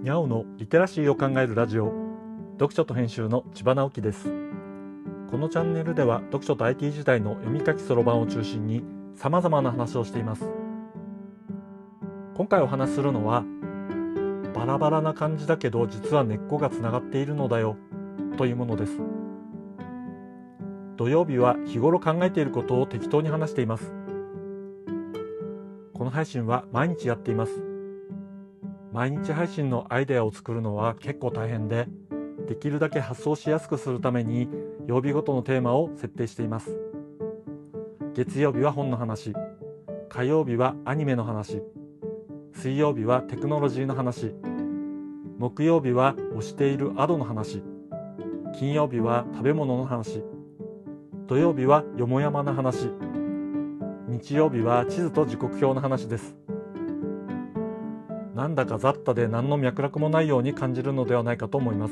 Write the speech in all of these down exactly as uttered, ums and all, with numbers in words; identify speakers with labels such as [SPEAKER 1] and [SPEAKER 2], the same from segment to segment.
[SPEAKER 1] にゃおのリテラシーを考えるラジオ、読書と編集の千葉直樹です。このチャンネルでは読書と アイティー 時代の読み書きそろばんを中心に様々な話をしています。今回お話しするのは、バラバラな感じだけど実は根っこがつながっているのだよというものです。土曜日は日頃考えていることを適当に話しています。この配信は毎日やっています。毎日配信のアイデアを作るのは結構大変で、できるだけ発想しやすくするために曜日ごとのテーマを設定しています。月曜日は本の話、火曜日はアニメの話、水曜日はテクノロジーの話、木曜日は推しているアドの話、金曜日は食べ物の話、土曜日はよもやまな話、日曜日は地図と時刻表の話です。なんだか雑多で何の脈絡もないように感じるのではないかと思います。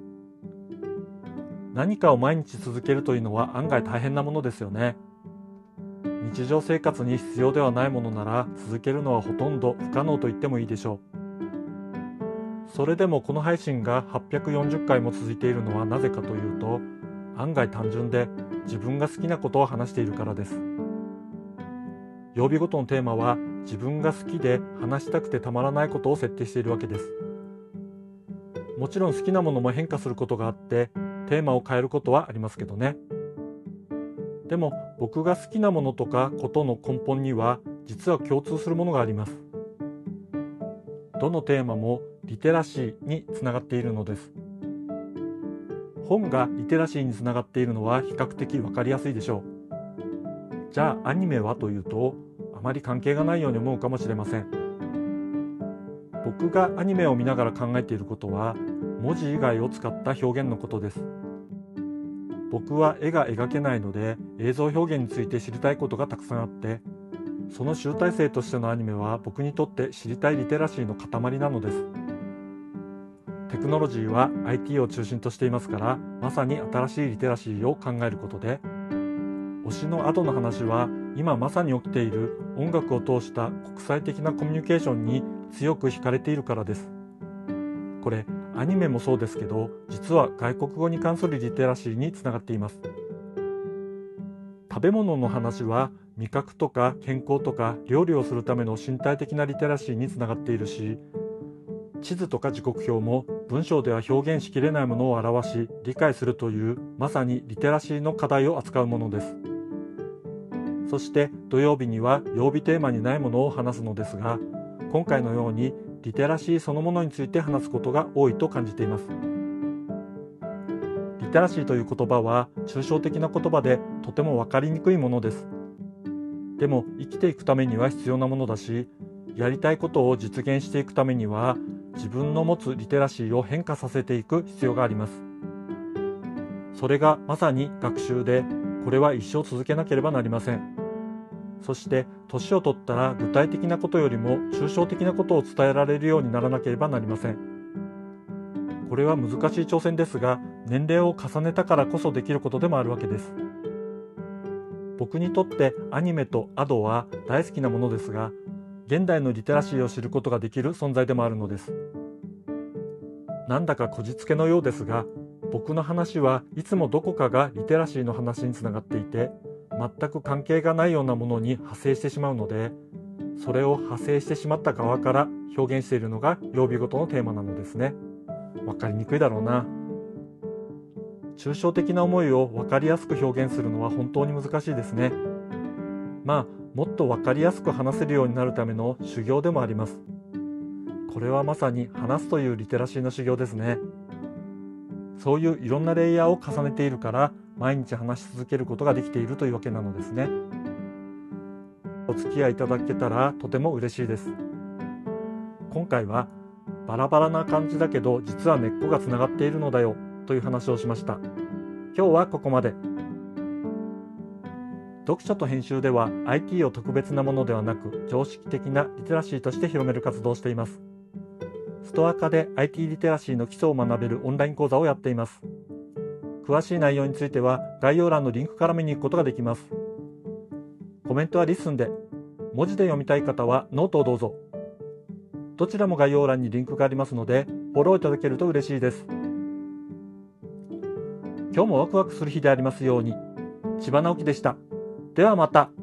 [SPEAKER 1] 何かを毎日続けるというのは案外大変なものですよね。日常生活に必要ではないものなら続けるのはほとんど不可能と言ってもいいでしょう。それでもこの配信がはっぴゃくよんじゅっかいも続いているのはなぜかというと、案外単純で自分が好きなことを話しているからです。曜日ごとのテーマは自分が好きで話したくてたまらないことを設定しているわけです。もちろん好きなものも変化することがあってテーマを変えることはありますけどね。でも僕が好きなものとかことの根本には実は共通するものがあります。どのテーマもリテラシーにつながっているのです。本がリテラシーにつながっているのは比較的わかりやすいでしょう。じゃあアニメはというとあまり関係がないように思うかもしれません。僕がアニメを見ながら考えていることは文字以外を使った表現のことです。僕は絵が描けないので映像表現について知りたいことがたくさんあって、その集大成としてのアニメは僕にとって知りたいリテラシーの塊なのです。テクノロジーは アイティー を中心としていますから、まさに新しいリテラシーを考えることで、推しの後の話は今まさに起きている音楽を通した国際的なコミュニケーションに強く惹かれているからです。これアニメもそうですけど、実は外国語に関するリテラシーにつながっています。食べ物の話は味覚とか健康とか料理をするための身体的なリテラシーにつながっているし、地図とか時刻表も文章では表現しきれないものを表し理解するというまさにリテラシーの課題を扱うものです。そして土曜日には曜日テーマにないものを話すのですが、今回のようにリテラシーそのものについて話すことが多いと感じています。リテラシーという言葉は抽象的な言葉でとても分かりにくいものです。でも生きていくためには必要なものだし、やりたいことを実現していくためには自分の持つリテラシーを変化させていく必要があります。それがまさに学習で、これは一生続けなければなりません。そして年を取ったら具体的なことよりも抽象的なことを伝えられるようにならなければなりません。これは難しい挑戦ですが、年齢を重ねたからこそできることでもあるわけです。僕にとってアニメとアドは大好きなものですが、現代のリテラシーを知ることができる存在でもあるのです。なんだかこじつけのようですが、僕の話はいつもどこかがリテラシーの話につながっていて、全く関係がないようなものに派生してしまうので、それを派生してしまった側から表現しているのが曜日ごとのテーマなのですね。わかりにくいだろうな。抽象的な思いをわかりやすく表現するのは本当に難しいですね。まあもっとわかりやすく話せるようになるための修行でもあります。これはまさに話すというリテラシーの修行ですね。そういういろんなレイヤーを重ねているから毎日話し続けることができているというわけなのですね。お付き合いいただけたらとても嬉しいです。今回はバラバラな感じだけど実は根っこがつながっているのだよという話をしました。今日はここまで。読書と編集では アイティー を特別なものではなく常識的なリテラシーとして広める活動をしています。ストア化で アイティー リテラシーの基礎を学べるオンライン講座をやっています。詳しい内容については概要欄のリンクから見に行くことができます。コメントはリッスンで、文字で読みたい方はノートをどうぞ。 どちらも概要欄にリンクがありますので、フォローいただけると嬉しいです。今日もワクワクする日でありますように。千葉直樹でした。ではまた。